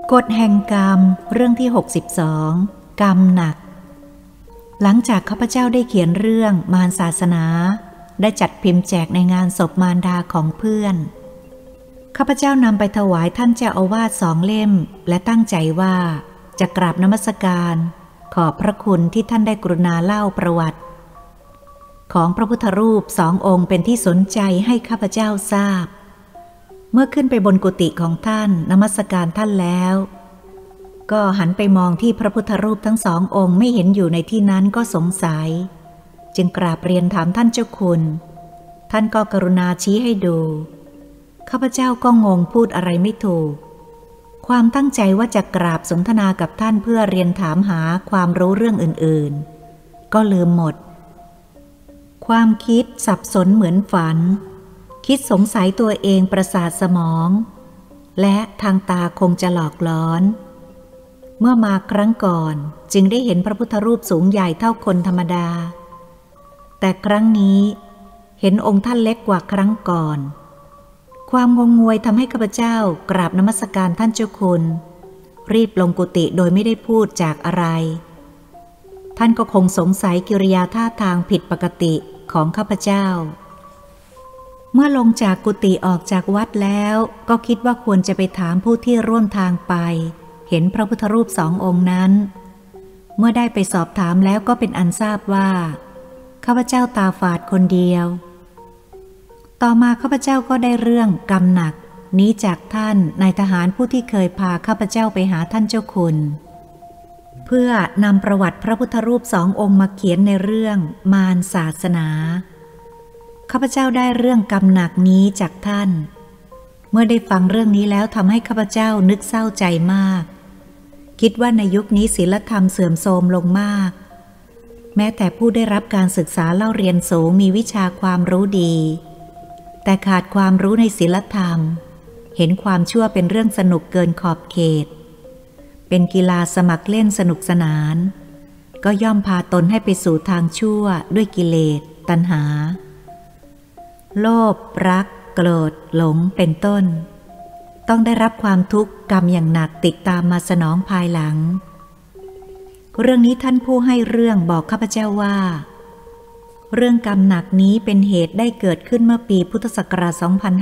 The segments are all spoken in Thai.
กฎแห่งกรรมเรื่องที่62กรรมหนักหลังจากข้าพเจ้าได้เขียนเรื่องมารศาสนาได้จัดพิมพ์แจกในงานศพมารดาของเพื่อนข้าพเจ้านำไปถวายท่านเจ้าอาวาส2 เล่มและตั้งใจว่าจะกราบนมัสการขอบพระคุณที่ท่านได้กรุณาเล่าประวัติของพระพุทธรูป2 องค์เป็นที่สนใจให้ข้าพเจ้าทราบเมื่อขึ้นไปบนกุฏิของท่านนมัสการท่านแล้วก็หันไปมองที่พระพุทธรูปทั้ง2 องค์ไม่เห็นอยู่ในที่นั้นก็สงสัยจึงกราบเรียนถามท่านเจ้าคุณท่านก็กรุณาชี้ให้ดูข้าพเจ้าก็งงพูดอะไรไม่ถูกความตั้งใจว่าจะกราบสนทนากับท่านเพื่อเรียนถามหาความรู้เรื่องอื่นๆก็ลืมหมดความคิดสับสนเหมือนฝันคิดสงสัยตัวเองประสาทสมองและทางตาคงจะหลอกล้อนเมื่อมาครั้งก่อนจึงได้เห็นพระพุทธรูปสูงใหญ่เท่าคนธรรมดาแต่ครั้งนี้เห็นองค์ท่านเล็กกว่าครั้งก่อนความงงงวยทำให้ข้าพเจ้ากราบนมัสการท่านเจ้าคุณรีบลงกุฏิโดยไม่ได้พูดจากอะไรท่านก็คงสงสัยกิริยาท่าทางผิดปกติของข้าพเจ้าเมื่อลงจากกุฏิออกจากวัดแล้วก็คิดว่าควรจะไปถามผู้ที่ร่วมทางไปเห็นพระพุทธรูป2 องค์นั้นเมื่อได้ไปสอบถามแล้วก็เป็นอันทราบว่าข้าพเจ้าตาฝาดคนเดียวต่อมาข้าพเจ้าก็ได้เรื่องกรรมหนักนี้จากท่านนายทหารผู้ที่เคยพาข้าพเจ้าไปหาท่านเจ้าคุณเพื่อนำประวัติพระพุทธรูป2 องค์มาเขียนในเรื่องมารศาสนาข้าพเจ้าได้เรื่องกรรมหนักนี้จากท่านเมื่อได้ฟังเรื่องนี้แล้วทำให้ข้าพเจ้านึกเศร้าใจมากคิดว่าในยุคนี้ศีลธรรมเสื่อมโทรมลงมากแม้แต่ผู้ได้รับการศึกษาเล่าเรียนสูงมีวิชาความรู้ดีแต่ขาดความรู้ในศีลธรรมเห็นความชั่วเป็นเรื่องสนุกเกินขอบเขตเป็นกีฬาสมัครเล่นสนุกสนานก็ย่อมพาตนให้ไปสู่ทางชั่วด้วยกิเลสตัณหาโลภรักโกรธหลงเป็นต้นต้องได้รับความทุกข์กรรมอย่างหนักติดตามมาสนองภายหลังเรื่องนี้ท่านผู้ให้เรื่องบอกข้าพเจ้าว่าเรื่องกรรมหนักนี้เป็นเหตุได้เกิดขึ้นเมื่อปีพุทธศักราช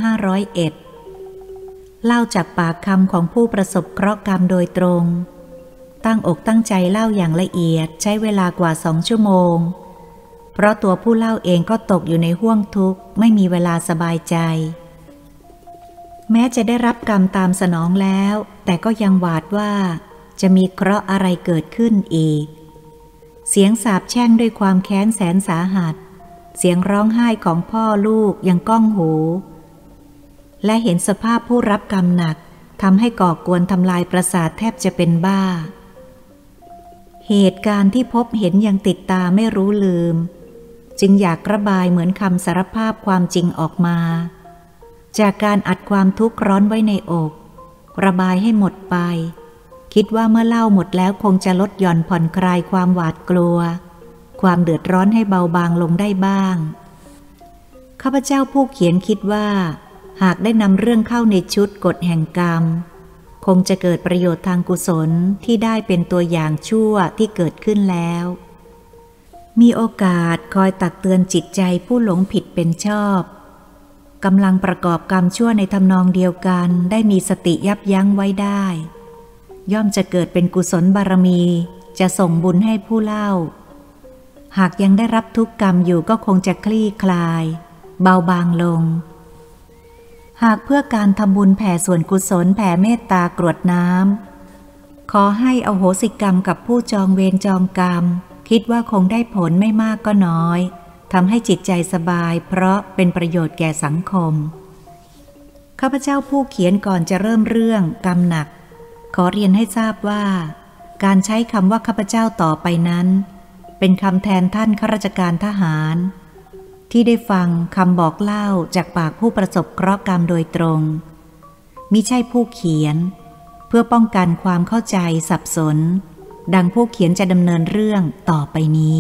2501 เล่าจากปากคำของผู้ประสบเคราะห์กรรมโดยตรงตั้งอกตั้งใจเล่าอย่างละเอียดใช้เวลากว่า2 ชั่วโมงเพราะตัวผู้เล่าเองก็ตกอยู่ในห้วงทุกข์ไม่มีเวลาสบายใจแม้จะได้รับกรรมตามสนองแล้วแต่ก็ยังหวาดว่าจะมีเคราะห์อะไรเกิดขึ้นอีกเสียงสาปแช่งด้วยความแค้นแสนสาหัสเสียงร้องไห้ของพ่อลูกยังก้องหูและเห็นสภาพผู้รับกรรมหนักทำให้ก่อกวนทำลายประสาทแทบจะเป็นบ้าเหตุการณ์ที่พบเห็นยังติดตาไม่รู้ลืมจึงอยากระบายเหมือนคำสารภาพความจริงออกมาจากการอัดความทุกข์ร้อนไว้ในอกระบายให้หมดไปคิดว่าเมื่อเล่าหมดแล้วคงจะลดหย่อนผ่อนคลายความหวาดกลัวความเดือดร้อนให้เบาบางลงได้บ้างข้าพเจ้าผู้เขียนคิดว่าหากได้นำเรื่องเข้าในชุดกฎแห่งกรรมคงจะเกิดประโยชน์ทางกุศลที่ได้เป็นตัวอย่างชั่วที่เกิดขึ้นแล้วมีโอกาสคอยตักเตือนจิตใจผู้หลงผิดเป็นชอบกำลังประกอบกรรมชั่วในทำนองเดียวกันได้มีสติยับยั้งไว้ได้ย่อมจะเกิดเป็นกุศลบารมีจะส่งบุญให้ผู้เล่าหากยังได้รับทุกข์กรรมอยู่ก็คงจะคลี่คลายเบาบางลงหากเพื่อการทำบุญแผ่ส่วนกุศลแผ่เมตตากรวดน้ำขอให้อโหสิกรรมกับผู้จองเวรจองกรรมคิดว่าคงได้ผลไม่มากก็น้อยทำให้จิตใจสบายเพราะเป็นประโยชน์แก่สังคมข้าพเจ้าผู้เขียนก่อนจะเริ่มเรื่องกรรมหนักขอเรียนให้ทราบว่าการใช้คำว่าข้าพเจ้าต่อไปนั้นเป็นคำแทนท่านข้าราชการทหารที่ได้ฟังคำบอกเล่าจากปากผู้ประสบเคราะห์กรรมโดยตรงมิใช่ผู้เขียนเพื่อป้องกันความเข้าใจสับสนดังผู้เขียนจะดำเนินเรื่องต่อไปนี้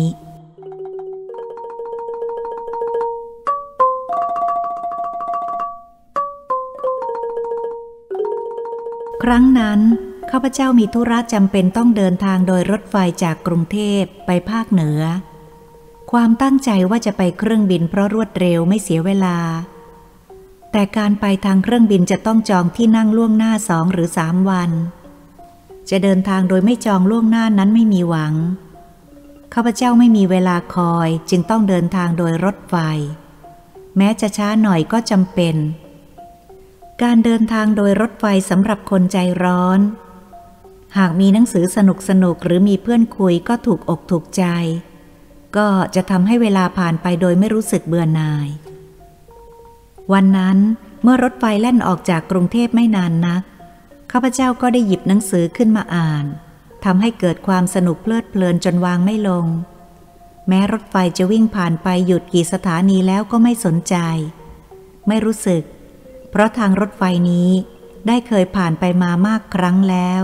ครั้งนั้นข้าพเจ้ามีธุระจำเป็นต้องเดินทางโดยรถไฟจากกรุงเทพไปภาคเหนือความตั้งใจว่าจะไปเครื่องบินเพราะรวดเร็วไม่เสียเวลาแต่การไปทางเครื่องบินจะต้องจองที่นั่งล่วงหน้า2 หรือ 3 วันจะเดินทางโดยไม่จองล่วงหน้านั้นไม่มีหวังข้าพเจ้าไม่มีเวลาคอยจึงต้องเดินทางโดยรถไฟแม้จะช้าหน่อยก็จำเป็นการเดินทางโดยรถไฟสำหรับคนใจร้อนหากมีหนังสือสนุกหรือมีเพื่อนคุยก็ถูกอกถูกใจก็จะทำให้เวลาผ่านไปโดยไม่รู้สึกเบื่อหน่ายวันนั้นเมื่อรถไฟแล่นออกจากกรุงเทพไม่นานนักข้าพเจ้าก็ได้หยิบหนังสือขึ้นมาอ่านทำให้เกิดความสนุกเพลิดเพลินจนวางไม่ลงแม้รถไฟจะวิ่งผ่านไปหยุดกี่สถานีแล้วก็ไม่สนใจไม่รู้สึกเพราะทางรถไฟนี้ได้เคยผ่านไปมามากครั้งแล้ว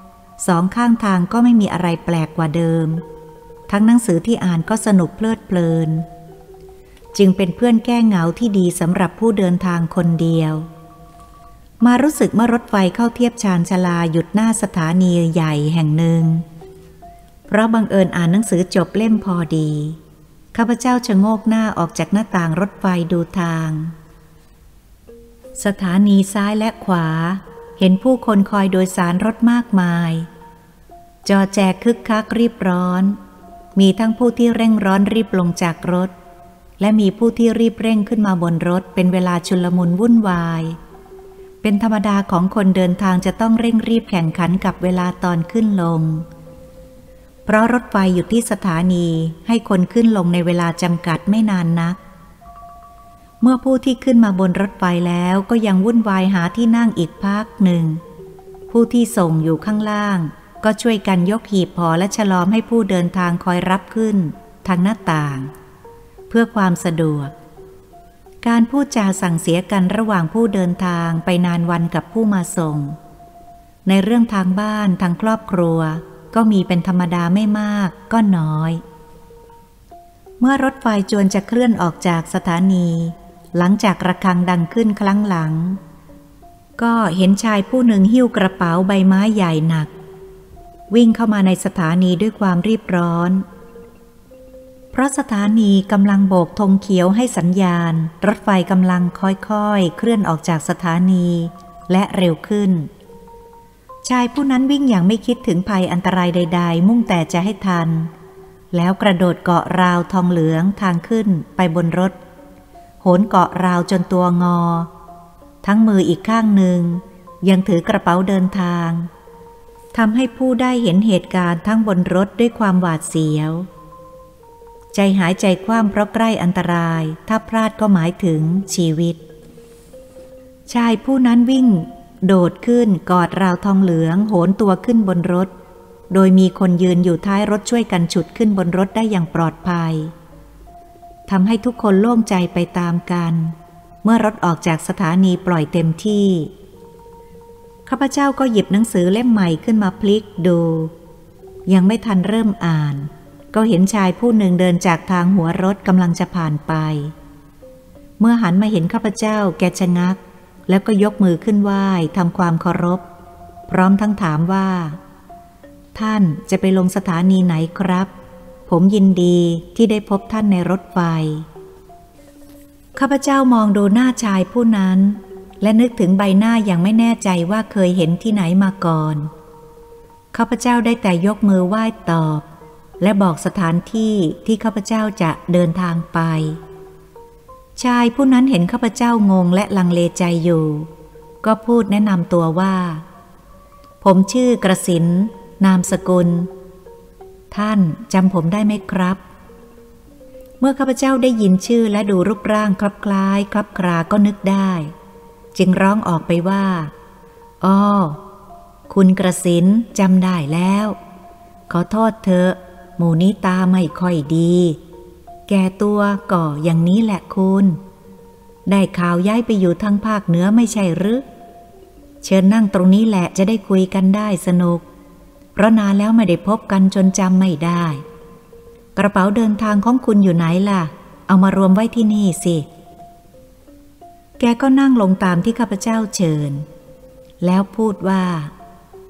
2 ข้างทางก็ไม่มีอะไรแปลกกว่าเดิมทั้งหนังสือที่อ่านก็สนุกเพลิดเพลินจึงเป็นเพื่อนแก้เหงาที่ดีสำหรับผู้เดินทางคนเดียวมารู้สึกเมื่อรถไฟเข้าเทียบชานชาลาหยุดหน้าสถานีใหญ่แห่งหนึ่งเพราะบังเอิญอ่านหนังสือจบเล่มพอดีข้าพเจ้าชะโงกหน้าออกจากหน้าต่างรถไฟดูทางสถานีซ้ายและขวาเห็นผู้คนคอยโดยสารรถมากมายจอแจคึกคักรีบร้อนมีทั้งผู้ที่เร่งร้อนรีบลงจากรถและมีผู้ที่รีบเร่งขึ้นมาบนรถเป็นเวลาชุลมุนวุ่นวายเป็นธรรมดาของคนเดินทางจะต้องเร่งรีบแข่งขันกับเวลาตอนขึ้นลงเพราะรถไฟหยุดที่สถานีให้คนขึ้นลงในเวลาจำกัดไม่นานนักเมื่อผู้ที่ขึ้นมาบนรถไฟแล้วก็ยังวุ่นวายหาที่นั่งอีกพักหนึ่งผู้ที่ส่งอยู่ข้างล่างก็ช่วยกันยกหีบห่อและฉลอมให้ผู้เดินทางคอยรับขึ้นทางหน้าต่างเพื่อความสะดวกการพูดจาสั่งเสียกันระหว่างผู้เดินทางไปนานวันกับผู้มาส่งในเรื่องทางบ้านทางครอบครัวก็มีเป็นธรรมดาไม่มากก็น้อยเมื่อรถไฟจวนจะเคลื่อนออกจากสถานีหลังจากระฆังดังขึ้นครั้งหลังก็เห็นชายผู้หนึ่งหิ้วกระเป๋าใบไม้ใหญ่หนักวิ่งเข้ามาในสถานีด้วยความรีบร้อนเพราะสถานีกำลังโบกธงเขียวให้สัญญาณรถไฟกำลังค่อยๆเคลื่อนออกจากสถานีและเร็วขึ้นชายผู้นั้นวิ่งอย่างไม่คิดถึงภัยอันตรายใดๆมุ่งแต่จะให้ทันแล้วกระโดดเกาะราวทองเหลืองทางขึ้นไปบนรถโหนเกาะราวจนตัวงอทั้งมืออีกข้างหนึ่งยังถือกระเป๋าเดินทางทำให้ผู้ได้เห็นเหตุการณ์ทั้งบนรถด้วยความหวาดเสียวใจหายใจคว่ำเพราะใกล้อันตรายถ้าพลาดก็หมายถึงชีวิตชายผู้นั้นวิ่งโดดขึ้นกอดราวทองเหลืองโหนตัวขึ้นบนรถโดยมีคนยืนอยู่ท้ายรถช่วยกันฉุดขึ้นบนรถได้อย่างปลอดภัยทำให้ทุกคนโล่งใจไปตามกันเมื่อรถออกจากสถานีปล่อยเต็มที่ข้าพเจ้าก็หยิบหนังสือเล่มใหม่ขึ้นมาพลิกดูยังไม่ทันเริ่มอ่านก็เห็นชายผู้หนึ่งเดินจากทางหัวรถกำลังจะผ่านไปเมื่อหันมาเห็นข้าพเจ้าแกชะงักแล้วก็ยกมือขึ้นไหว้ทำความเคารพพร้อมทั้งถามว่าท่านจะไปลงสถานีไหนครับผมยินดีที่ได้พบท่านในรถไฟข้าพเจ้ามองดูหน้าชายผู้นั้นและนึกถึงใบหน้าอย่างไม่แน่ใจว่าเคยเห็นที่ไหนมาก่อนข้าพเจ้าได้แต่ยกมือไหว้ตอบและบอกสถานที่ที่ข้าพเจ้าจะเดินทางไปชายผู้นั้นเห็นข้าพเจ้างงและลังเลใจอยู่ก็พูดแนะนำตัวว่าผมชื่อกระสินนามสกุลท่านจำผมได้ไหมครับเมื่อข้าพเจ้าได้ยินชื่อและดูรูปร่างคลับคล้ายคลับคลาก็นึกได้จึงร้องออกไปว่าอ้อคุณกระสินจำได้แล้วขอโทษเถอะหมู่นี้ตาไม่ค่อยดีแก่ตัวก่ออย่างนี้แหละคุณได้ข่าวย้ายไปอยู่ทางภาคเหนือไม่ใช่หรือเชิญนั่งตรงนี้แหละจะได้คุยกันได้สนุกเพราะนานแล้วไม่ได้พบกันจนจำไม่ได้กระเป๋าเดินทางของคุณอยู่ไหนล่ะเอามารวมไว้ที่นี่สิแกก็นั่งลงตามที่ข้าพเจ้าเชิญแล้วพูดว่า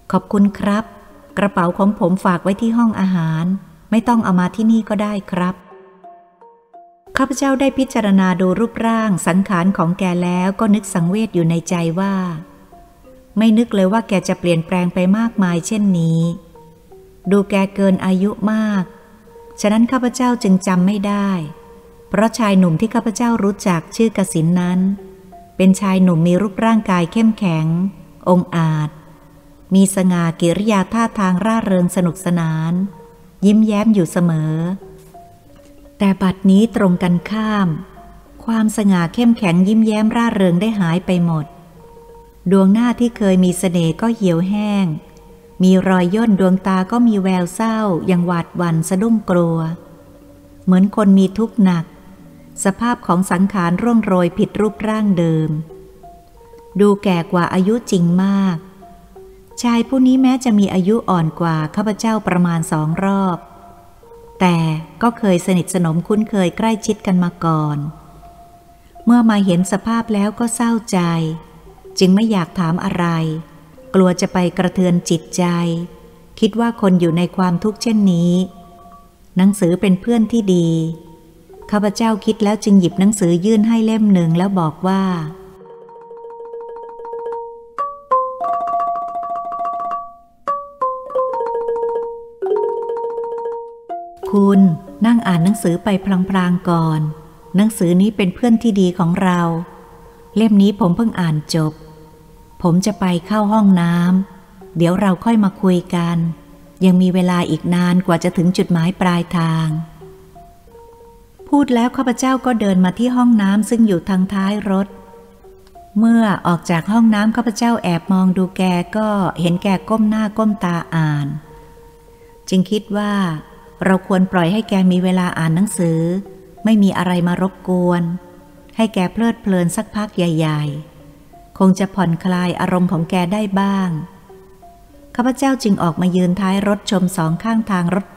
ขอบคุณครับกระเป๋าของผมฝากไว้ที่ห้องอาหารไม่ต้องเอามาที่นี่ก็ได้ครับข้าพเจ้าได้พิจารณาดูรูปร่างสังขารของแกแล้วก็นึกสังเวชอยู่ในใจว่าไม่นึกเลยว่าแกจะเปลี่ยนแปลงไปมากมายเช่นนี้ดูแกเกินอายุมากฉะนั้นข้าพเจ้าจึงจำไม่ได้เพราะชายหนุ่มที่ข้าพเจ้ารู้จักชื่อกสิณนั้นเป็นชายหนุ่มมีรูปร่างกายเข้มแข็งองอาจมีสง่ากิริยาท่าทางร่าเริงสนุกสนานยิ้มแย้มอยู่เสมอแต่บัดนี้ตรงกันข้ามความสง่าเข้มแข็งยิ้มแย้มร่าเริงได้หายไปหมดดวงหน้าที่เคยมีเสน่ห์ก็เหี่ยวแห้งมีรอยย่นดวงตาก็มีแววเศร้ายังหวาดหวั่นสะดุ้งกลัวเหมือนคนมีทุกข์หนักสภาพของสังขารร่วงโรยผิดรูปร่างเดิมดูแก่กว่าอายุจริงมากชายผู้นี้แม้จะมีอายุอ่อนกว่าข้าพเจ้าประมาณ2 รอบแต่ก็เคยสนิทสนมคุ้นเคยใกล้ชิดกันมาก่อนเมื่อมาเห็นสภาพแล้วก็เศร้าใจจึงไม่อยากถามอะไรกลัวจะไปกระเทือนจิตใจคิดว่าคนอยู่ในความทุกข์เช่นนี้หนังสือเป็นเพื่อนที่ดีข้าพเจ้าคิดแล้วจึงหยิบหนังสือยื่นให้เล่มหนึ่งแล้วบอกว่าคุณนั่งอ่านหนังสือไปพลางๆก่อนหนังสือนี้เป็นเพื่อนที่ดีของเราเล่มนี้ผมเพิ่งอ่านจบผมจะไปเข้าห้องน้ำเดี๋ยวเราค่อยมาคุยกันยังมีเวลาอีกนานกว่าจะถึงจุดหมายปลายทางพูดแล้วข้าพเจ้าก็เดินมาที่ห้องน้ำซึ่งอยู่ทางท้ายรถเมื่อออกจากห้องน้ำข้าพเจ้าแอบมองดูแกก็เห็นแกก้มหน้าก้มตาอ่านจึงคิดว่าเราควรปล่อยให้แกมีเวลาอ่านหนังสือไม่มีอะไรมารบกวนให้แกเพลิดเพลินสักพักใหญ่ๆคงจะผ่อนคลายอารมณ์ของแกได้บ้างข้าพเจ้าจึงออกมายืนท้ายรถชม2 ข้างทางรถไฟ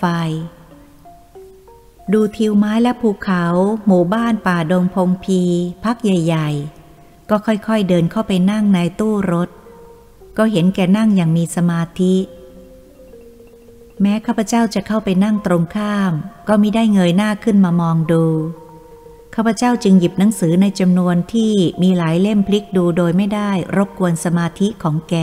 ดูทิวไม้และภูเขาหมู่บ้านป่าดงพงพีพักใหญ่ๆก็ค่อยๆเดินเข้าไปนั่งในตู้รถก็เห็นแกนั่งอย่างมีสมาธิแม้ข้าพเจ้าจะเข้าไปนั่งตรงข้ามก็มิได้เงยหน้าขึ้นมามองดูข้าพเจ้าจึงหยิบหนังสือในจำนวนที่มีหลายเล่มพลิกดูโดยไม่ได้รบกวนสมาธิของแก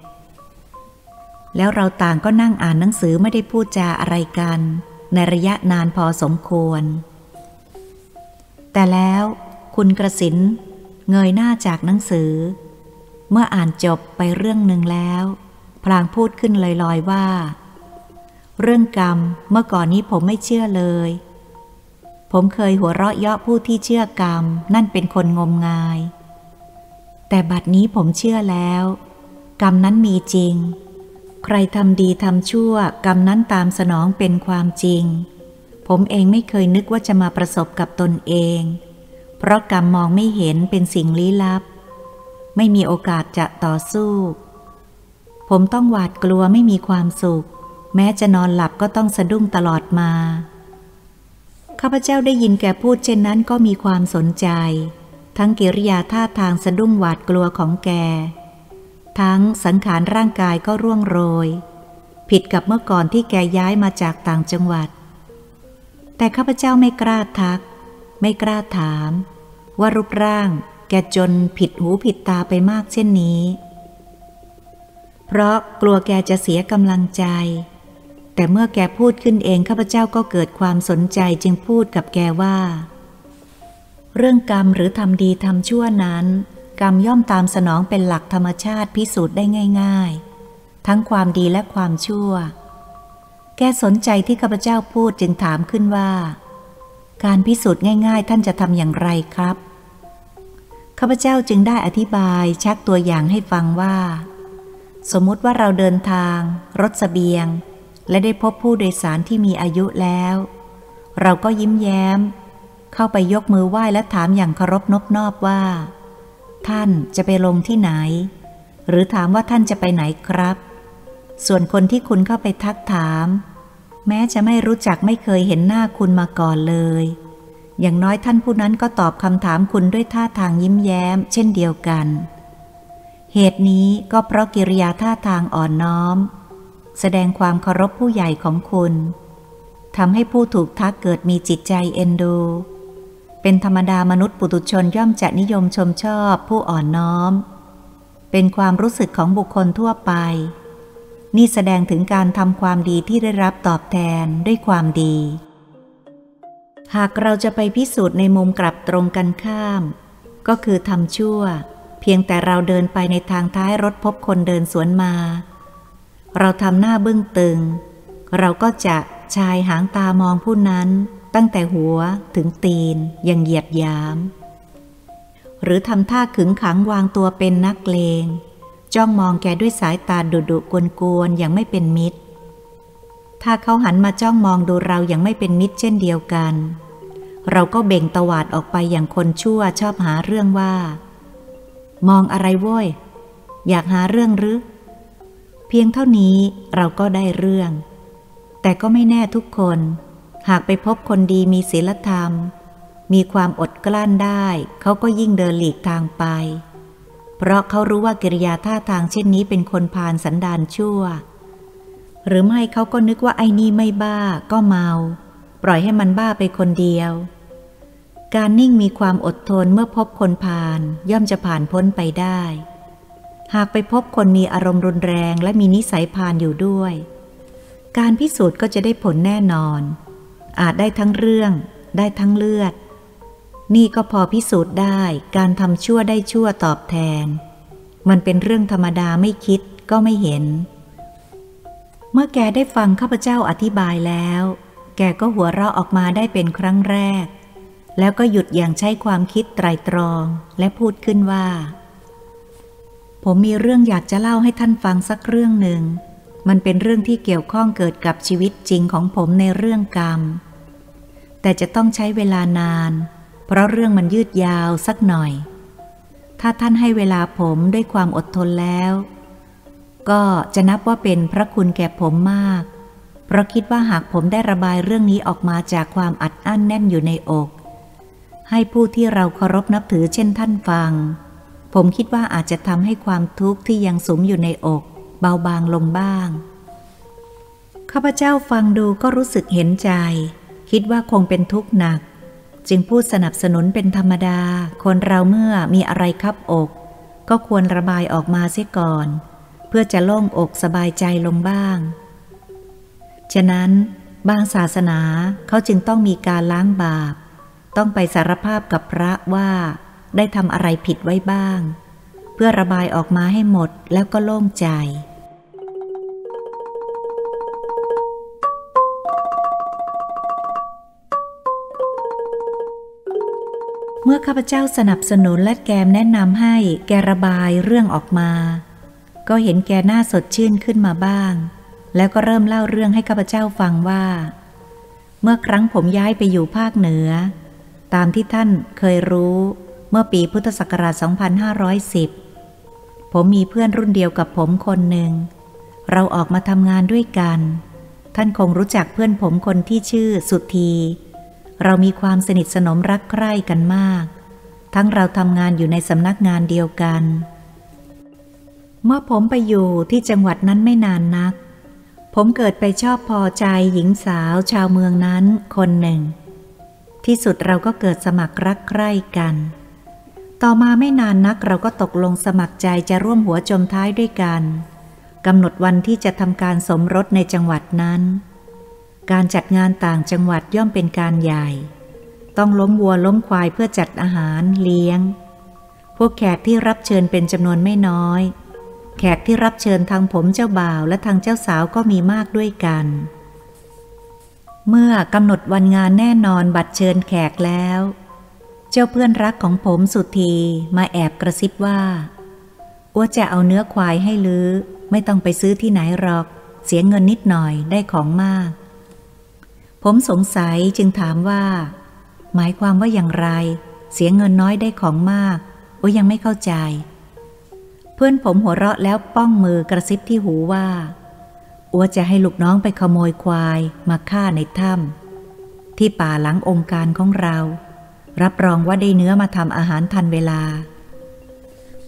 แล้วเราต่างก็นั่งอ่านหนังสือไม่ได้พูดจาอะไรกันในระยะนานพอสมควรแต่แล้วคุณกสิณเงยหน้าจากหนังสือเมื่ออ่านจบไปเรื่องหนึ่งแล้วพลางพูดขึ้นลอยๆว่าเรื่องกรรมเมื่อก่อนนี้ผมไม่เชื่อเลยผมเคยหัวเราะเยาะผู้ที่เชื่อกรรมนั่นเป็นคนงมงายแต่บัดนี้ผมเชื่อแล้วกรรมนั้นมีจริงใครทำดีทำชั่วกรรมนั้นตามสนองเป็นความจริงผมเองไม่เคยนึกว่าจะมาประสบกับตนเองเพราะกรรมมองไม่เห็นเป็นสิ่งลี้ลับไม่มีโอกาสจะต่อสู้ผมต้องหวาดกลัวไม่มีความสุขแม้จะนอนหลับก็ต้องสะดุ้งตลอดมาข้าพเจ้าได้ยินแกพูดเช่นนั้นก็มีความสนใจทั้งกิริยาท่าทางสะดุ้งหวาดกลัวของแกทั้งสังขารร่างกายก็ร่วงโรยผิดกับเมื่อก่อนที่แกย้ายมาจากต่างจังหวัดแต่ข้าพเจ้าไม่กล้าทักไม่กล้าถามว่ารูปร่างแกจนผิดหูผิดตาไปมากเช่นนี้เพราะกลัวแกจะเสียกำลังใจแต่เมื่อแกพูดขึ้นเองข้าพเจ้าก็เกิดความสนใจจึงพูดกับแกว่าเรื่องกรรมหรือทำดีทำชั่วนั้นกรรมย่อมตามสนองเป็นหลักธรรมชาติพิสูจน์ได้ง่ายๆทั้งความดีและความชั่วแกสนใจที่ข้าพเจ้าพูดจึงถามขึ้นว่าการพิสูจน์ง่ายๆท่านจะทำอย่างไรครับข้าพเจ้าจึงได้อธิบายชักตัวอย่างให้ฟังว่าสมมุติว่าเราเดินทางรถเสบียงและได้พบผู้โดยสารที่มีอายุแล้วเราก็ยิ้มแย้มเข้าไปยกมือไหว้และถามอย่างเคารพนอบนอบว่าท่านจะไปลงที่ไหนหรือถามว่าท่านจะไปไหนครับส่วนคนที่คุณเข้าไปทักถามแม้จะไม่รู้จักไม่เคยเห็นหน้าคุณมาก่อนเลยอย่างน้อยท่านผู้นั้นก็ตอบคำถามคุณด้วยท่าทางยิ้มแย้มเช่นเดียวกันเหตุนี้ก็เพราะกิริยาท่าทางอ่อนน้อมแสดงความเคารพผู้ใหญ่ของคุณทำให้ผู้ถูกทักเกิดมีจิตใจเอ็นดูเป็นธรรมดามนุษย์ปุถุชนย่อมจะนิยมชมชอบผู้อ่อนน้อมเป็นความรู้สึกของบุคคลทั่วไปนี่แสดงถึงการทำความดีที่ได้รับตอบแทนด้วยความดีหากเราจะไปพิสูจน์ในมุมกลับตรงกันข้ามก็คือทำชั่วเพียงแต่เราเดินไปในทางท้ายรถพบคนเดินสวนมาเราทำหน้าบึ้งตึงเราก็จะชายหางตามองผู้นั้นตั้งแต่หัวถึงตีนอย่างเหยียดหยามหรือทำท่าขึงขังวางตัวเป็นนักเลงจ้องมองแกด้วยสายตาดุๆกวนๆอย่างไม่เป็นมิตรถ้าเขาหันมาจ้องมองดูเราอย่างไม่เป็นมิตรเช่นเดียวกันเราก็เบ่งตวาดออกไปอย่างคนชั่วชอบหาเรื่องว่ามองอะไรโว้ยอยากหาเรื่องหรือเพียงเท่านี้เราก็ได้เรื่องแต่ก็ไม่แน่ทุกคนหากไปพบคนดีมีศีลธรรมมีความอดกลั้นได้เขาก็ยิ่งเดินหลีกทางไปเพราะเขารู้ว่ากิริยาท่าทางเช่นนี้เป็นคนพาลสันดานชั่วหรือไม่เขาก็นึกว่าไอ้นี่ไม่บ้าก็เมาปล่อยให้มันบ้าไปคนเดียวการนิ่งมีความอดทนเมื่อพบคนพาลย่อมจะผ่านพ้นไปได้หากไปพบคนมีอารมณ์รุนแรงและมีนิสัยพาลอยู่ด้วยการพิสูจน์ก็จะได้ผลแน่นอนอาจได้ทั้งเรื่องได้ทั้งเลือดนี่ก็พอพิสูจน์ได้การทำชั่วได้ชั่วตอบแทนมันเป็นเรื่องธรรมดาไม่คิดก็ไม่เห็นเมื่อแกได้ฟังข้าพเจ้าอธิบายแล้วแกก็หัวเราะออกมาได้เป็นครั้งแรกแล้วก็หยุดอย่างใช้ความคิดไตร่ตรองและพูดขึ้นว่าผมมีเรื่องอยากจะเล่าให้ท่านฟังสักเรื่องหนึ่งมันเป็นเรื่องที่เกี่ยวข้องเกิดกับชีวิตจริงของผมในเรื่องกรรมแต่จะต้องใช้เวลานานเพราะเรื่องมันยืดยาวสักหน่อยถ้าท่านให้เวลาผมด้วยความอดทนแล้วก็จะนับว่าเป็นพระคุณแก่ผมมากเพราะคิดว่าหากผมได้ระบายเรื่องนี้ออกมาจากความอัดอั้นแน่นอยู่ในอกให้ผู้ที่เราเคารพนับถือเช่นท่านฟังผมคิดว่าอาจจะทำให้ความทุกข์ที่ยังสุมอยู่ในอกเบาบางลงบ้างข้าพเจ้าฟังดูก็รู้สึกเห็นใจคิดว่าคงเป็นทุกข์หนักจึงพูดสนับสนุนเป็นธรรมดาคนเราเมื่อมีอะไรคับอกก็ควรระบายออกมาเสียก่อนเพื่อจะโล่งอกสบายใจลงบ้างฉะนั้นบางศาสนาเขาจึงต้องมีการล้างบาปต้องไปสารภาพกับพระว่าได้ทำอะไรผิดไว้บ้างเพื่อระบายออกมาให้หมดแล้วก็โล่งใจเมื่อข้าพเจ้าสนับสนุนและแกมแนะนำให้แกระบายเรื่องออกมาก็เห็นแกหน้าสดชื่นขึ้นมาบ้างแล้วก็เริ่มเล่าเรื่องให้ข้าพเจ้าฟังว่าเมื่อครั้งผมย้ายไปอยู่ภาคเหนือตามที่ท่านเคยรู้เมื่อปีพุทธศักราช 2510 ผมมีเพื่อนรุ่นเดียวกับผมคนหนึ่งเราออกมาทำงานด้วยกันท่านคงรู้จักเพื่อนผมคนที่ชื่อสุธีเรามีความสนิทสนมรักใคร่กันมากทั้งเราทำงานอยู่ในสำนักงานเดียวกันเมื่อผมไปอยู่ที่จังหวัดนั้นไม่นานนักผมเกิดไปชอบพอใจหญิงสาวชาวเมืองนั้นคนหนึ่งที่สุดเราก็เกิดสมัครรักใคร่กันต่อมาไม่นานนักเราก็ตกลงสมัครใจจะร่วมหัวจมท้ายด้วยกันกำหนดวันที่จะทำการสมรสในจังหวัดนั้นการจัดงานต่างจังหวัดย่อมเป็นการใหญ่ต้องล้มวัวล้มควายเพื่อจัดอาหารเลี้ยงพวกแขกที่รับเชิญเป็นจำนวนไม่น้อยแขกที่รับเชิญทางผมเจ้าบ่าวและทางเจ้าสาวก็มีมากด้วยกันเมื่อกำหนดวันงานแน่นอนบัตรเชิญแขกแล้วเจ้าเพื่อนรักของผมสุธีมาแอบกระซิบว่าอ้วจะเอาเนื้อควายให้ลือไม่ต้องไปซื้อที่ไหนหรอกเสียเงินนิดหน่อยได้ของมากผมสงสัยจึงถามว่าหมายความว่าอย่างไรเสียเงินน้อยได้ของมากอ้วยังไม่เข้าใจเพื่อนผมหัวเราะแล้วป้องมือกระซิบที่หูว่าอ้วจะให้ลูกน้องไปขโมยควายมาฆ่าในถ้ำที่ป่าหลังองค์การของเรารับรองว่าได้เนื้อมาทำอาหารทันเวลาผ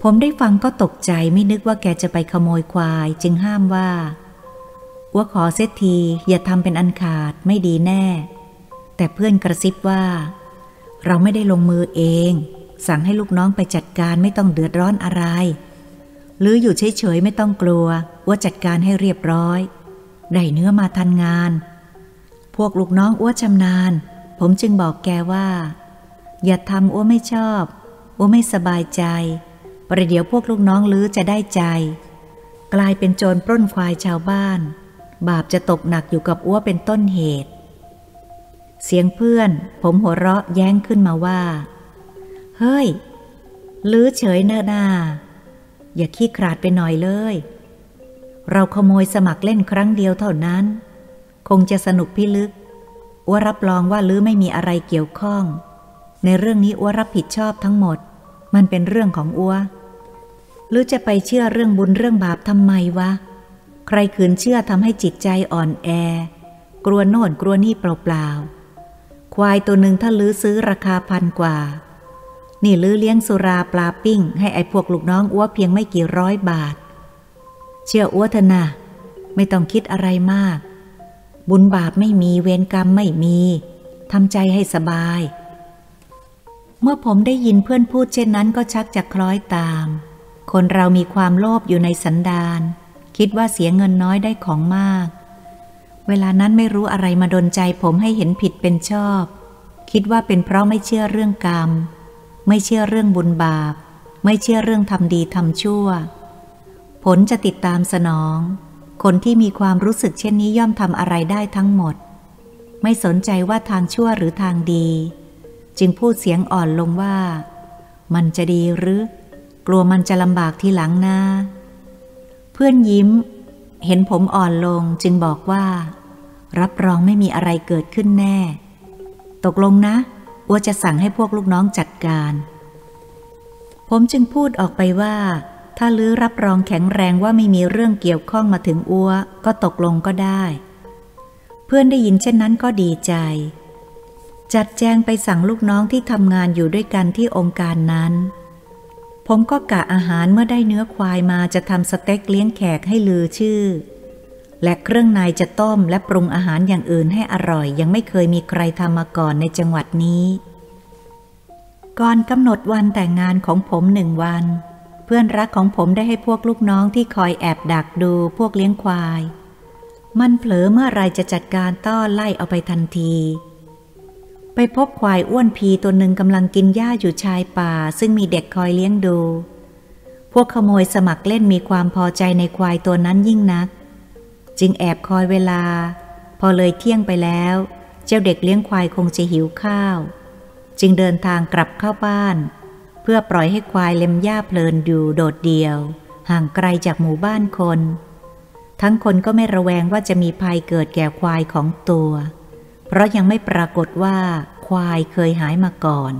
ผมได้ฟังก็ตกใจไม่นึกว่าแกจะไปขโมยควายจึงห้ามว่าอัวขอเสียทีอย่าทำเป็นอันขาดไม่ดีแน่แต่เพื่อนกระซิบว่าเราไม่ได้ลงมือเองสั่งให้ลูกน้องไปจัดการไม่ต้องเดือดร้อนอะไรหรืออยู่เฉยๆไม่ต้องกลัวอัวจัดการให้เรียบร้อยได้เนื้อมาทันงานพวกลูกน้องอัวชำนาญผมจึงบอกแกว่าอย่าทำอัวไม่ชอบอัวไม่สบายใจประเดี๋ยวพวกลูกน้องลือจะได้ใจกลายเป็นโจรปล้นควายชาวบ้านบาปจะตกหนักอยู่กับอัวเป็นต้นเหตุเสียงเพื่อนผมหัวเราะแย้งขึ้นมาว่าเฮ้ยลือเฉยเนอะนาอย่าขี้ขลาดไปหน่อยเลยเราขโมยสมัครเล่นครั้งเดียวเท่านั้นคงจะสนุกพิลึกอัวรับรองว่าลือไม่มีอะไรเกี่ยวข้องในเรื่องนี้อัวรับผิดชอบทั้งหมดมันเป็นเรื่องของอัวลือจะไปเชื่อเรื่องบุญเรื่องบาปทำไมวะใครขืนเชื่อทำให้จิตใจอ่อนแอกลัวโน่นกลัวนี่เปล่าๆควายตัวหนึ่งถ้าลือซื้อราคา1,000 กว่านี่ลือเลี้ยงสุราปลาปิ้งให้ไอ้พวกลูกน้องอัวเพียงไม่กี่ร้อยบาทเชื่ออัวเถอะนะไม่ต้องคิดอะไรมากบุญบาปไม่มีเวรกรรมไม่มีทำใจให้สบายเมื่อผมได้ยินเพื่อนพูดเช่นนั้นก็ชักจะคล้อยตามคนเรามีความโลภอยู่ในสันดานคิดว่าเสียเงินน้อยได้ของมากเวลานั้นไม่รู้อะไรมาดลใจผมให้เห็นผิดเป็นชอบคิดว่าเป็นเพราะไม่เชื่อเรื่องกรรมไม่เชื่อเรื่องบุญบาปไม่เชื่อเรื่องทำดีทำชั่วผลจะติดตามสนองคนที่มีความรู้สึกเช่นนี้ย่อมทำอะไรได้ทั้งหมดไม่สนใจว่าทางชั่วหรือทางดีจึงพูดเสียงอ่อนลงว่ามันจะดีหรือกลัวมันจะลำบากทีหลังนะเพื่อนยิ้มเห็นผมอ่อนลงจึงบอกว่ารับรองไม่มีอะไรเกิดขึ้นแน่ตกลงนะอัวจะสั่งให้พวกลูกน้องจัดการผมจึงพูดออกไปว่าถ้าลือรับรองแข็งแรงว่าไม่มีเรื่องเกี่ยวข้องมาถึงอัวก็ตกลงก็ได้เพื่อนได้ยินเช่นนั้นก็ดีใจจัดแจงไปสั่งลูกน้องที่ทำงานอยู่ด้วยกันที่องค์การนั้นผมก็กะอาหารเมื่อได้เนื้อควายมาจะทำสเต็กเลี้ยงแขกให้ลือชื่อและเครื่องในจะต้มและปรุงอาหารอย่างอื่นให้อร่อยยังไม่เคยมีใครทำมาก่อนในจังหวัดนี้ก่อนกำหนดวันแต่งงานของผม1 วันเพื่อนรักของผมได้ให้พวกลูกน้องที่คอยแอบดักดูพวกเลี้ยงควายมันเผลอเมื่อไรจะจัดการต้อนไล่เอาไปทันทีไปพบควายอ้วนพีตัวหนึ่งกำลังกินหญ้าอยู่ชายป่าซึ่งมีเด็กคอยเลี้ยงดูพวกขโมยสมัครเล่นมีความพอใจในควายตัวนั้นยิ่งนักจึงแอบคอยเวลาพอเลยเที่ยงไปแล้วเจ้าเด็กเลี้ยงควายคงจะหิวข้าวจึงเดินทางกลับเข้าบ้านเพื่อปล่อยให้ควายเล็มหญ้าเพลินอยู่โดดเดี่ยวห่างไกลจากหมู่บ้านคนทั้งคนก็ไม่ระแวงว่าจะมีภัยเกิดแก่ควายของตัวเพราะยังไม่ปรากฏว่าควายเคยหายมาก่อน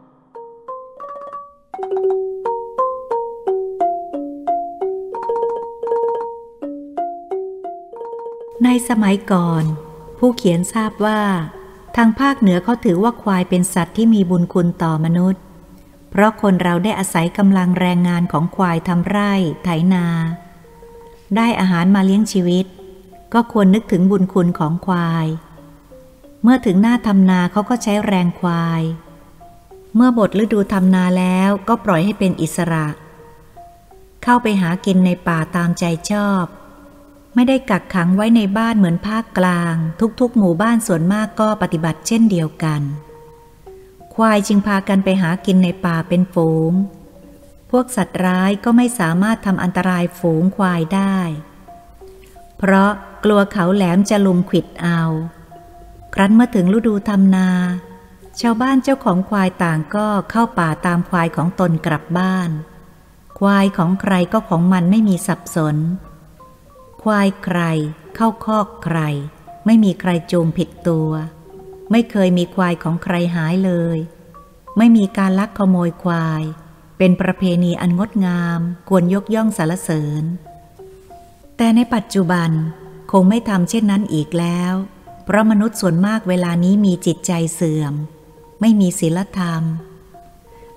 ในสมัยก่อนผู้เขียนทราบว่าทางภาคเหนือเขาถือว่าควายเป็นสัตว์ที่มีบุญคุณต่อมนุษย์เพราะคนเราได้อาศัยกำลังแรงงานของควายทำไร่ไถนาได้อาหารมาเลี้ยงชีวิตก็ควรนึกถึงบุญคุณของควายเมื่อถึงหน้าทำนาเขาก็ใช้แรงควายเมื่อหมดฤดูทำนาแล้วก็ปล่อยให้เป็นอิสระเข้าไปหากินในป่าตามใจชอบไม่ได้กักขังไว้ในบ้านเหมือนภาคกลางทุกๆหมู่บ้านส่วนมากก็ปฏิบัติเช่นเดียวกันควายจึงพากันไปหากินในป่าเป็นฝูงพวกสัตว์ร้ายก็ไม่สามารถทำอันตรายฝูงควายได้เพราะกลัวเขาแหลมจะลุมขวิดเอาครั้นเมื่อถึงฤดูทำนาชาวบ้านเจ้าของควายต่างก็เข้าป่าตามควายของตนกลับบ้านควายของใครก็ของมันไม่มีสับสนควายใครเข้าคอกใครไม่มีใครจูงผิดตัวไม่เคยมีควายของใครหายเลยไม่มีการลักขโมยควายเป็นประเพณีอันงดงามควรยกย่องสรรเสริญแต่ในปัจจุบันคงไม่ทำเช่นนั้นอีกแล้วเพราะมนุษย์ส่วนมากเวลานี้มีจิตใจเสื่อมไม่มีศีลธรรม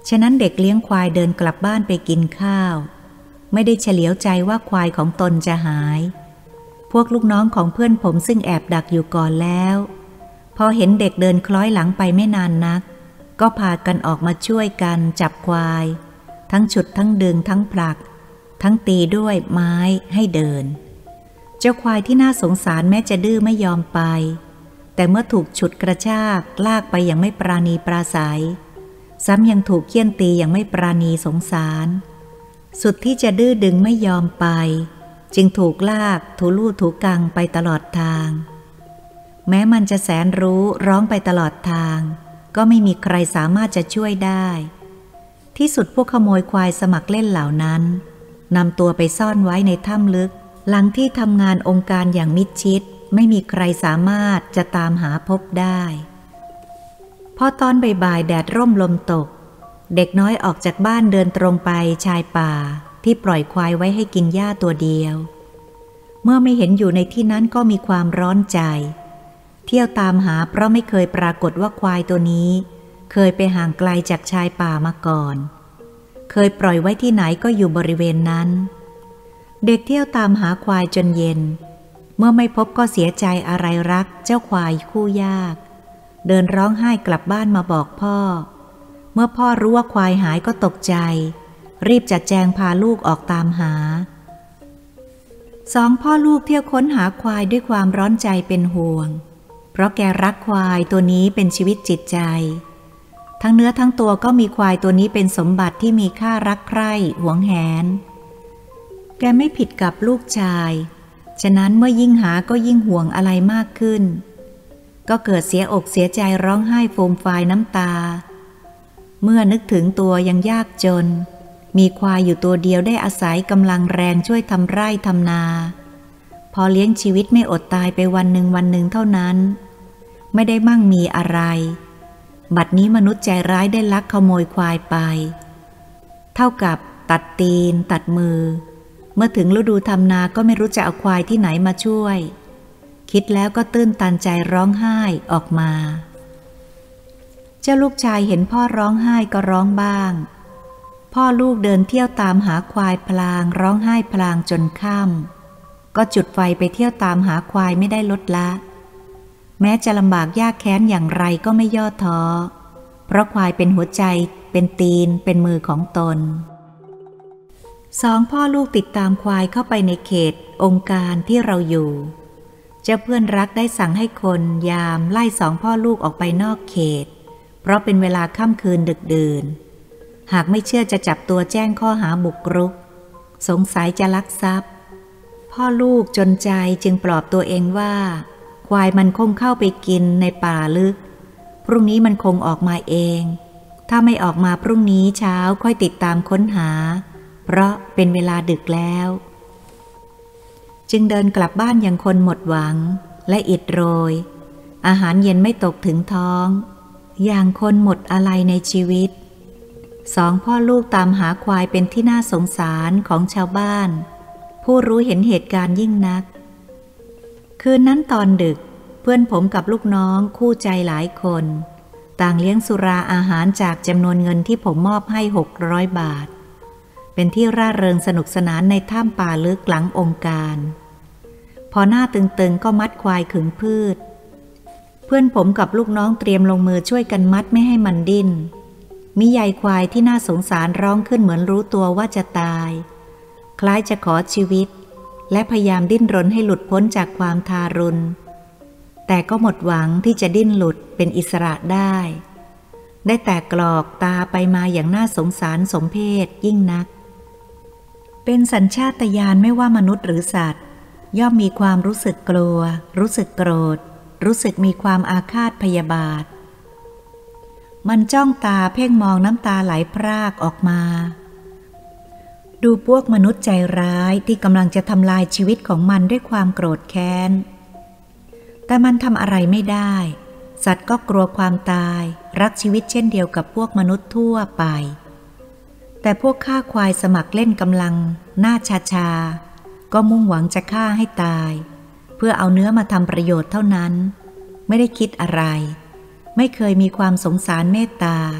ฉะนั้นเด็กเลี้ยงควายเดินกลับบ้านไปกินข้าวไม่ได้เฉลียวใจว่าควายของตนจะหายพวกลูกน้องของเพื่อนผมซึ่งแอบดักอยู่ก่อนแล้วพอเห็นเด็กเดินคล้อยหลังไปไม่นานนักก็พากันออกมาช่วยกันจับควายทั้งฉุดทั้งดึงทั้งผลักทั้งตีด้วยไม้ให้เดินเจ้าควายที่น่าสงสารแม้จะดื้อไม่ยอมไปแต่เมื่อถูกฉุดกระชากลากไปอย่างไม่ปราณีปราศัยซ้ำยังถูกเฆี่ยนตีอย่างไม่ปราณีสงสารสุดที่จะดื้อดึงไม่ยอมไปจึงถูกลากถูลู่ถูกังไปตลอดทางแม้มันจะแสนรู้ร้องไปตลอดทางก็ไม่มีใครสามารถจะช่วยได้ที่สุดพวกขโมยควายสมัครเล่นเหล่านั้นนำตัวไปซ่อนไว้ในถ้ำลึกหลังที่ทำงานองค์การอย่างมิดชิดไม่มีใครสามารถจะตามหาพบได้พอตอนบ่ายๆแดดร่มลมตกเด็กน้อยออกจากบ้านเดินตรงไปชายป่าที่ปล่อยควายไว้ให้กินหญ้าตัวเดียวเมื่อไม่เห็นอยู่ในที่นั้นก็มีความร้อนใจเที่ยวตามหาเพราะไม่เคยปรากฏว่าควายตัวนี้เคยไปห่างไกลจากชายป่ามาก่อนเคยปล่อยไว้ที่ไหนก็อยู่บริเวณนั้นเด็กเที่ยวตามหาควายจนเย็นเมื่อไม่พบก็เสียใจอะไรรักเจ้าควายคู่ยากเดินร้องไห้กลับบ้านมาบอกพ่อเมื่อพ่อรู้ว่าควายหายก็ตกใจรีบจัดแจงพาลูกออกตามหาสองพ่อลูกเที่ยวค้นหาควายด้วยความร้อนใจเป็นห่วงเพราะแกรักควายตัวนี้เป็นชีวิตจิตใจทั้งเนื้อทั้งตัวก็มีควายตัวนี้เป็นสมบัติที่มีค่ารักใคร่หวงแหนแกไม่ผิดกับลูกชายฉะนั้นเมื่อยิ่งหาก็ยิ่งห่วงอะไรมากขึ้นก็เกิดเสียอกเสียใจร้องไห้โฟมฟายน้ำตาเมื่อนึกถึงตัวยังยากจนมีควายอยู่ตัวเดียวได้อาศัยกำลังแรงช่วยทำไร่ทำนาพอเลี้ยงชีวิตไม่อดตายไปวันหนึ่งเท่านั้นไม่ได้มั่งมีอะไรบัดนี้มนุษย์ใจร้ายได้ลักขโมยควายไปเท่ากับตัดตีนตัดมือเมื่อถึงฤดูทำนาก็ไม่รู้จะเอาควายที่ไหนมาช่วยคิดแล้วก็ตื้นตันใจร้องไห้ออกมาเจ้าลูกชายเห็นพ่อร้องไห้ก็ร้องบ้างพ่อลูกเดินเที่ยวตามหาควายพลางร้องไห้พลางจนค่ำก็จุดไฟไปเที่ยวตามหาควายไม่ได้ลดละแม้จะลำบากยากแค้นอย่างไรก็ไม่ย่อท้อเพราะควายเป็นหัวใจเป็นตีนเป็นมือของตนสองพ่อลูกติดตามควายเข้าไปในเขตองค์การที่เราอยู่เจ้าเพื่อนรักได้สั่งให้คนยามไล่สองพ่อลูกออกไปนอกเขตเพราะเป็นเวลาค่ำคืนดึกดื่นหากไม่เชื่อจะจับตัวแจ้งข้อหาบุกรุกสงสัยจะลักทรัพย์พ่อลูกจนใจจึงปลอบตัวเองว่าควายมันคงเข้าไปกินในป่าลึกพรุ่งนี้มันคงออกมาเองถ้าไม่ออกมาพรุ่งนี้เช้าค่อยติดตามค้นหาเพราะเป็นเวลาดึกแล้วจึงเดินกลับบ้านอย่างคนหมดหวังและอิดโรยอาหารเย็นไม่ตกถึงท้องอย่างคนหมดอะไรในชีวิตสองพ่อลูกตามหาควายเป็นที่น่าสงสารของชาวบ้านผู้รู้เห็นเหตุการณ์ยิ่งนักคืนนั้นตอนดึกเพื่อนผมกับลูกน้องคู่ใจหลายคนต่างเลี้ยงสุราอาหารจากจำนวนเงินที่ผมมอบให้600 บาทเป็นที่ร่าเริงสนุกสนานในถ้ำป่าลึกหลังองค์การพอหน้าตึงๆก็มัดควายขึงพืชเพื่อนผมกับลูกน้องเตรียมลงมือช่วยกันมัดไม่ให้มันดิ้นมิยายควายที่น่าสงสารร้องขึ้นเหมือนรู้ตัวว่าจะตายคล้ายจะขอชีวิตและพยายามดิ้นรนให้หลุดพ้นจากความทารุณแต่ก็หมดหวังที่จะดิ้นหลุดเป็นอิสระได้แต่กรอกตาไปมาอย่างน่าสงสารสมเพชยิ่งนักเป็นสัญชาตญาณไม่ว่ามนุษย์หรือสัตว์ย่อมมีความรู้สึกกลัวรู้สึกโกรธรู้สึกมีความอาฆาตพยาบาทมันจ้องตาเพ่งมองน้ำตาไหลพรากออกมาดูพวกมนุษย์ใจร้ายที่กำลังจะทำลายชีวิตของมันด้วยความโกรธแค้นแต่มันทำอะไรไม่ได้สัตว์ก็กลัวความตายรักชีวิตเช่นเดียวกับพวกมนุษย์ทั่วไปแต่พวกฆ่าควายสมัครเล่นกำลังหน้าชาก็มุ่งหวังจะฆ่าให้ตายเพื่อเอาเนื้อมาทำประโยชน์เท่านั้นไม่ได้คิดอะไรไม่เคยมีความสงสารเมตตา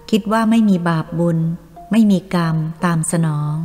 คิดว่าไม่มีบาปบุญไม่มีกรรมตามสนอง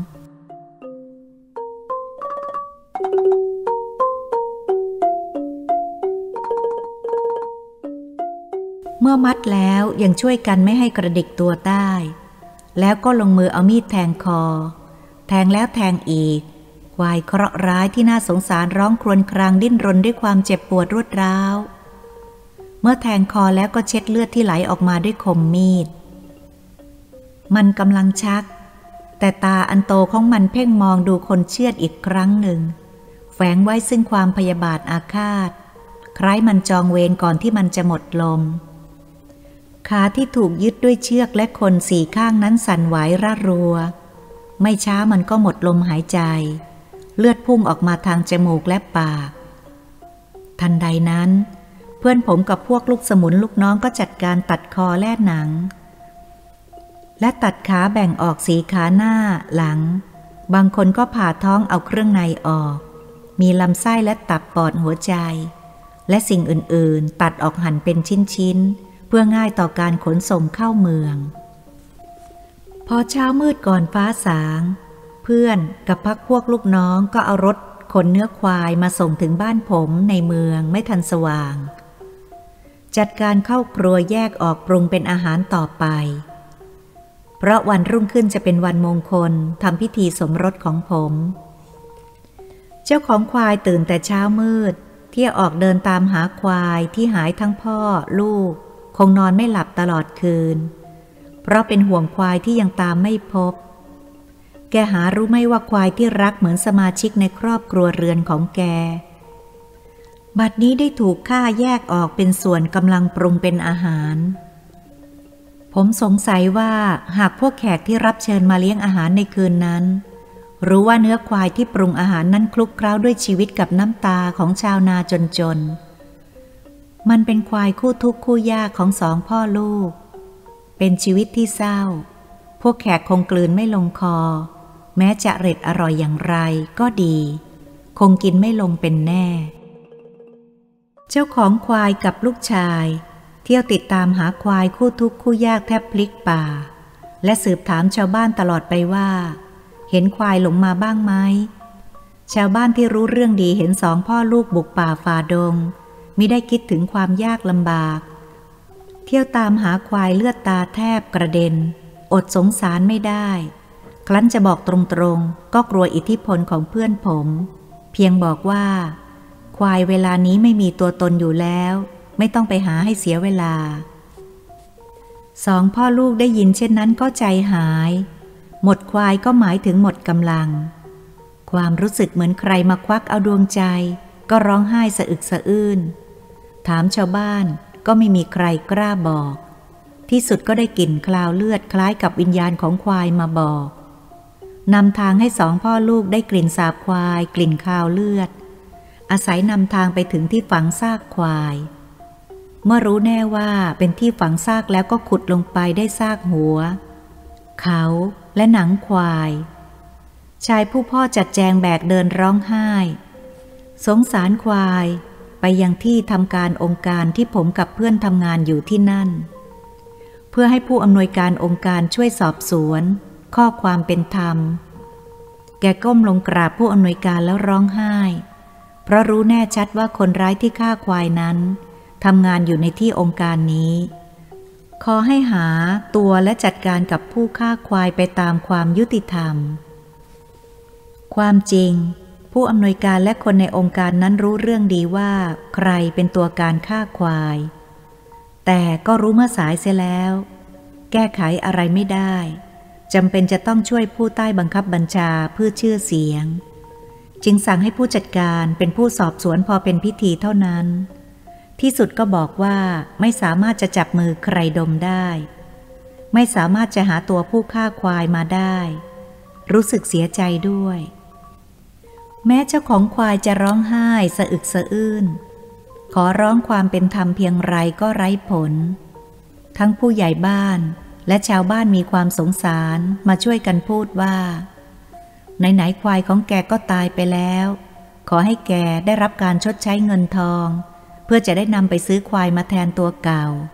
เมื่อมัดแล้วยังช่วยกันไม่ให้กระดิกตัวได้แล้วก็ลงมือเอามีดแทงคอแทงแล้วแทงอีกควายเคราะห์ร้ายที่น่าสงสารร้องครวญครางดิ้นรนด้วยความเจ็บปวดรวดร้าวเมื่อแทงคอแล้วก็เช็ดเลือดที่ไหลออกมาด้วยคมมีดมันกำลังชักแต่ตาอันโตของมันเพ่งมองดูคนเชือดอีกครั้งหนึ่งแฝงไว้ซึ่งความพยาบาทอาฆาตคล้ายมันจองเวรก่อนที่มันจะหมดลมขาที่ถูกยึดด้วยเชือกและคนสี่ข้างนั้นสั่นไหวระรัวไม่ช้ามันก็หมดลมหายใจเลือดพุ่งออกมาทางจมูกและปากทันใดนั้นเพื่อนผมกับพวกลูกสมุนลูกน้องก็จัดการตัดคอแล่หนังและตัดขาแบ่งออกสีขาหน้าหลังบางคนก็ผ่าท้องเอาเครื่องในออกมีลำไส้และตับปอดหัวใจและสิ่งอื่นๆตัดออกหั่นเป็นชิ้นๆเพื่อง่ายต่อการขนส่งเข้าเมืองพอเช้ามืดก่อนฟ้าสางเพื่อนกับพรรคพวกลูกน้องก็เอารถขนเนื้อควายมาส่งถึงบ้านผมในเมืองไม่ทันสว่างจัดการเข้าครัวแยกออกปรุงเป็นอาหารต่อไปเพราะวันรุ่งขึ้นจะเป็นวันมงคลทำพิธีสมรสของผมเจ้าของควายตื่นแต่เช้ามืดเที่ยวออกเดินตามหาควายที่หายทั้งพ่อลูกคงนอนไม่หลับตลอดคืนเพราะเป็นห่วงควายที่ยังตามไม่พบแกหารู้ไม่ว่าควายที่รักเหมือนสมาชิกในครอบครัวเรือนของแกบัดนี้ได้ถูกฆ่าแยกออกเป็นส่วนกำลังปรุงเป็นอาหารผมสงสัยว่าหากพวกแขกที่รับเชิญมาเลี้ยงอาหารในคืนนั้นรู้ว่าเนื้อควายที่ปรุงอาหารนั้นคลุกเคล้าด้วยชีวิตกับน้ำตาของชาวนาจนๆมันเป็นควายคู่ทุกข์คู่ยากของสองพ่อลูกเป็นชีวิตที่เศร้าพวกแขกคงกลืนไม่ลงคอแม้จะอร่อยอย่างไรก็ดีคงกินไม่ลงเป็นแน่เจ้าของควายกับลูกชายเที่ยวติดตามหาควายคู่ทุกข์คู่ยากแทบพลิกป่าและสืบถามชาวบ้านตลอดไปว่าเห็นควายหลงมาบ้างไหมชาวบ้านที่รู้เรื่องดีเห็นสองพ่อลูกบุกป่าฝ่าดงมิได้คิดถึงความยากลำบากเที่ยวตามหาควายเลือดตาแทบกระเด็นอดสงสารไม่ได้ครั้นจะบอกตรงๆก็กลัวอิทธิพลของเพื่อนผมเพียงบอกว่าควายเวลานี้ไม่มีตัวตนอยู่แล้วไม่ต้องไปหาให้เสียเวลาสองพ่อลูกได้ยินเช่นนั้นก็ใจหายหมดควายก็หมายถึงหมดกำลังความรู้สึกเหมือนใครมาควักเอาดวงใจก็ร้องไห้สะอึกสะอื้นถามชาวบ้านก็ไม่มีใครกล้าบอกที่สุดก็ได้กลิ่นคลาวเลือดคล้ายกับวิญญาณของควายมาบอกนำทางให้สองพ่อลูกได้กลิ่นสาบควายกลิ่นคาวเลือดอาศัยนำทางไปถึงที่ฝังซากควายเมื่อรู้แน่ว่าเป็นที่ฝังซากแล้วก็ขุดลงไปได้ซากหัวเขาและหนังควายชายผู้พ่อจัดแจงแบกเดินร้องไห้สงสารควายไปยังที่ทำการองค์การที่ผมกับเพื่อนทำงานอยู่ที่นั่นเพื่อให้ผู้อำนวยการองค์การช่วยสอบสวนข้อความเป็นธรรมแกก้มลงกราบผู้อำนวยการแล้วร้องไห้เพราะรู้แน่ชัดว่าคนร้ายที่ฆ่าควายนั้นทำงานอยู่ในที่องค์การนี้ขอให้หาตัวและจัดการกับผู้ฆ่าควายไปตามความยุติธรรมความจริงผู้อำนวยการและคนในองค์การนั้นรู้เรื่องดีว่าใครเป็นตัวการฆ่าควายแต่ก็รู้เมื่อสายเสียแล้วแก้ไขอะไรไม่ได้จำเป็นจะต้องช่วยผู้ใต้บังคับบัญชาเพื่อชื่อเสียงจึงสั่งให้ผู้จัดการเป็นผู้สอบสวนพอเป็นพิธีเท่านั้นที่สุดก็บอกว่าไม่สามารถจะจับมือใครดมได้ไม่สามารถจะหาตัวผู้ฆ่าควายมาได้รู้สึกเสียใจด้วยแม้เจ้าของควายจะร้องไห้สะอึกสะอื้นขอร้องความเป็นธรรมเพียงไรก็ไร้ผลทั้งผู้ใหญ่บ้านและชาวบ้านมีความสงสารมาช่วยกันพูดว่าไหนๆควายของแกก็ตายไปแล้วขอให้แกได้รับการชดใช้เงินทองเพื่อจะได้นำไปซื้อควายมาแทนตัวเก่า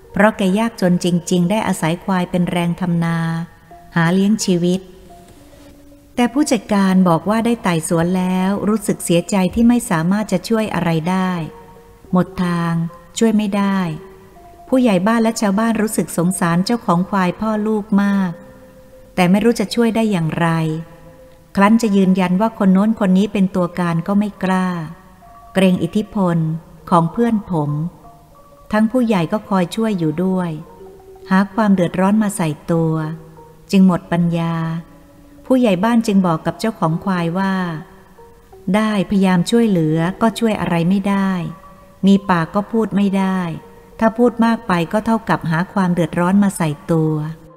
เพราะแกยากจนจริงๆได้อาศัยควายเป็นแรงทำนาหาเลี้ยงชีวิตแต่ผู้จัดการบอกว่าได้ไต่สวนแล้วรู้สึกเสียใจที่ไม่สามารถจะช่วยอะไรได้หมดทางช่วยไม่ได้ผู้ใหญ่บ้านและชาวบ้านรู้สึกสงสารเจ้าของควายพ่อลูกมากแต่ไม่รู้จะช่วยได้อย่างไรครั้นจะยืนยันว่าคนโน้นคนนี้เป็นตัวการก็ไม่กล้าเกรงอิทธิพลของเพื่อนผมทั้งผู้ใหญ่ก็คอยช่วยอยู่ด้วยหาความเดือดร้อนมาใส่ตัวจึงหมดปัญญาผู้ใหญ่บ้านจึงบอกกับเจ้าของควายว่าได้พยายามช่วยเหลือก็ช่วยอะไรไม่ได้มีปากก็พูดไม่ได้ถ้าพูดมากไปก็เท่ากับหาความเดือดร้อนมาใส่ตัว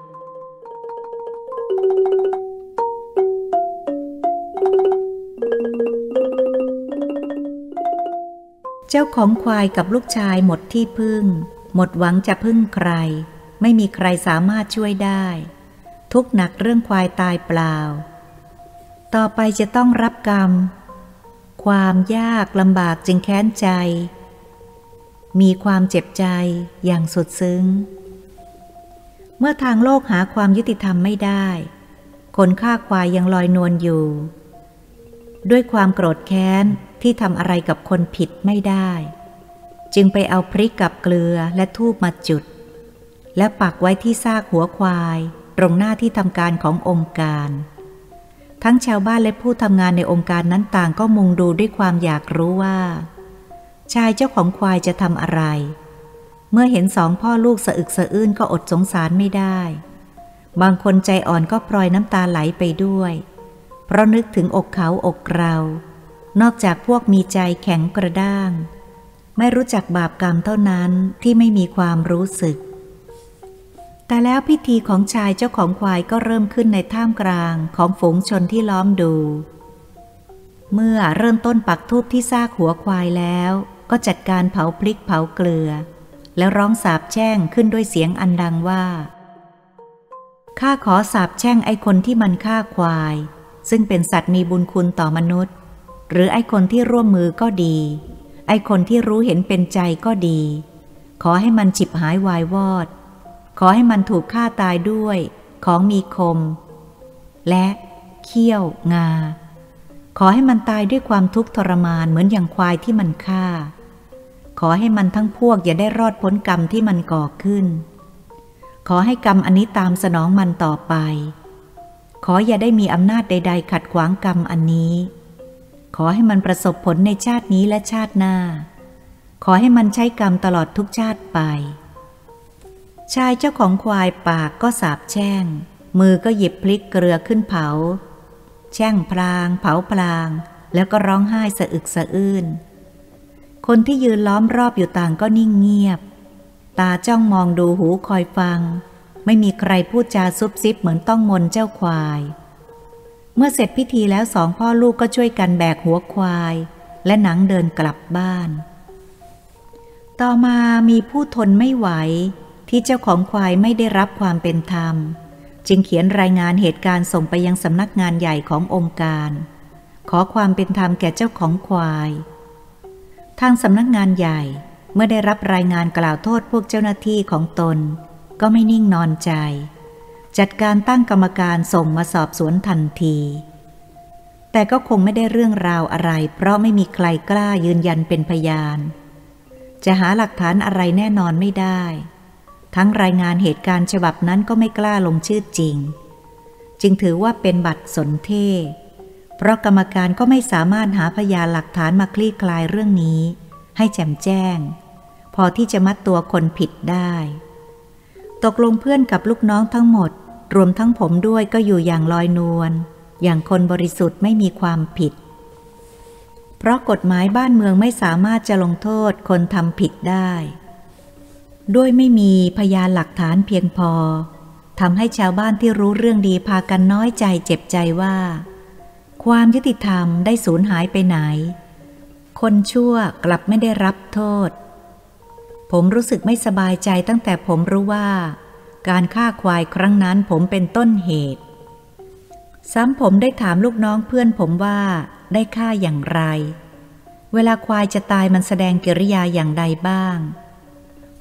เจ้าของควายกับลูกชายหมดที่พึ่งหมดหวังจะพึ่งใครไม่มีใครสามารถช่วยได้ทุกข์หนักเรื่องควายตายเปล่าต่อไปจะต้องรับกรรมความยากลำบากจึงแค้นใจมีความเจ็บใจอย่างสุดซึ้งเมื่อทางโลกหาความยุติธรรมไม่ได้คนฆ่าควายยังลอยนวลอยู่ด้วยความโกรธแค้นที่ทำอะไรกับคนผิดไม่ได้จึงไปเอาพริกกับเกลือและธูปมาจุดและปักไว้ที่ซากหัวควายตรงหน้าที่ทำการขององค์การทั้งชาวบ้านและผู้ทำงานในองค์การนั้นต่างก็มุงดูด้วยความอยากรู้ว่าชายเจ้าของควายจะทำอะไรเมื่อเห็นสองพ่อลูกสะอึกสะอื้นก็อดสงสารไม่ได้บางคนใจอ่อนก็พลอยน้ำตาไหลไปด้วยเพราะนึกถึงอกเขาอกเรานอกจากพวกมีใจแข็งกระด้างไม่รู้จักบาปกรรมเท่านั้นที่ไม่มีความรู้สึกแต่แล้วพิธีของชายเจ้าของควายก็เริ่มขึ้นในท่ามกลางของฝูงชนที่ล้อมดูเมื่อเริ่มต้นปักธูปที่ซากหัวควายแล้วก็จัดการเผาพริกเผาเกลือแล้วร้องสาปแช่งขึ้นด้วยเสียงอันดังว่าข้าขอสาปแช่งไอ้คนที่มันฆ่าควายซึ่งเป็นสัตว์มีบุญคุณต่อมนุษย์หรือไอ้คนที่ร่วมมือก็ดีไอ้คนที่รู้เห็นเป็นใจก็ดีขอให้มันฉิบหายวายวอดขอให้มันถูกฆ่าตายด้วยของมีคมและเขี้ยวงาขอให้มันตายด้วยความทุกข์ทรมานเหมือนอย่างควายที่มันฆ่าขอให้มันทั้งพวกอย่าได้รอดพ้นกรรมที่มันก่อขึ้นขอให้กรรมอันนี้ตามสนองมันต่อไปขออย่าได้มีอำนาจใดๆขัดขวางกรรมอันนี้ขอให้มันประสบผลในชาตินี้และชาติหน้าขอให้มันใช้กรรมตลอดทุกชาติไปชายเจ้าของควายปากก็สาปแช่งมือก็หยิบพลิกเกลือขึ้นเผาแช่งพลางเผาพลางแล้วก็ร้องไห้สะอึกสะอื้นคนที่ยืนล้อมรอบอยู่ต่างก็นิ่งเงียบตาจ้องมองดูหูคอยฟังไม่มีใครพูดจาซุบซิบเหมือนต้องมนเจ้าควายเมื่อเสร็จพิธีแล้วสองพ่อลูกก็ช่วยกันแบกหัวควายและหนังเดินกลับบ้านต่อมามีผู้ทนไม่ไหวที่เจ้าของควายไม่ได้รับความเป็นธรรมจึงเขียนรายงานเหตุการณ์ส่งไปยังสำนักงานใหญ่ขององค์การขอความเป็นธรรมแก่เจ้าของควายทางสำนักงานใหญ่เมื่อได้รับรายงานกล่าวโทษพวกเจ้าหน้าที่ของตนก็ไม่นิ่งนอนใจจัดการตั้งกรรมการส่งมาสอบสวนทันทีแต่ก็คงไม่ได้เรื่องราวอะไรเพราะไม่มีใครกล้ายืนยันเป็นพยานจะหาหลักฐานอะไรแน่นอนไม่ได้ทั้งรายงานเหตุการณ์ฉบับนั้นก็ไม่กล้าลงชื่อจริงจึงถือว่าเป็นบัตรสนเทศเพราะกรรมการก็ไม่สามารถหาพยานหลักฐานมาคลี่คลายเรื่องนี้ให้แจ่มแจ้งพอที่จะมัดตัวคนผิดได้ตกลงเพื่อนกับลูกน้องทั้งหมดรวมทั้งผมด้วยก็อยู่อย่างลอยนวลอย่างคนบริสุทธิ์ไม่มีความผิดเพราะกฎหมายบ้านเมืองไม่สามารถจะลงโทษคนทำผิดได้ด้วยไม่มีพยานหลักฐานเพียงพอทำให้ชาวบ้านที่รู้เรื่องดีพากันน้อยใจเจ็บใจว่าความยุติธรรมได้สูญหายไปไหนคนชั่วกลับไม่ได้รับโทษผมรู้สึกไม่สบายใจตั้งแต่ผมรู้ว่าการฆ่าควายครั้งนั้นผมเป็นต้นเหตุซ้ำผมได้ถามลูกน้องเพื่อนผมว่าได้ฆ่าอย่างไรเวลาควายจะตายมันแสดงกิริยาอย่างใดบ้าง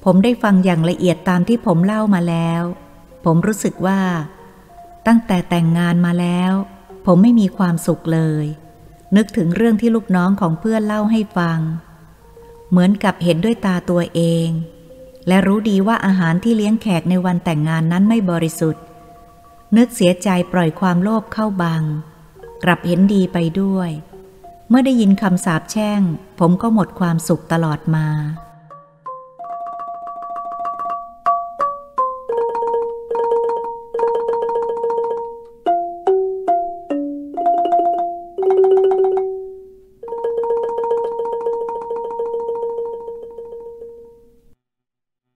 ผมได้ฟังอย่างละเอียดตามที่ผมเล่ามาแล้วผมรู้สึกว่าตั้งแต่แต่งงานมาแล้วผมไม่มีความสุขเลยนึกถึงเรื่องที่ลูกน้องของเพื่อนเล่าให้ฟังเหมือนกับเห็นด้วยตาตัวเองและรู้ดีว่าอาหารที่เลี้ยงแขกในวันแต่งงานนั้นไม่บริสุทธิ์นึกเสียใจปล่อยความโลภเข้าบังกลับเห็นดีไปด้วยเมื่อได้ยินคำสาปแช่งผมก็หมดความสุขตลอดมา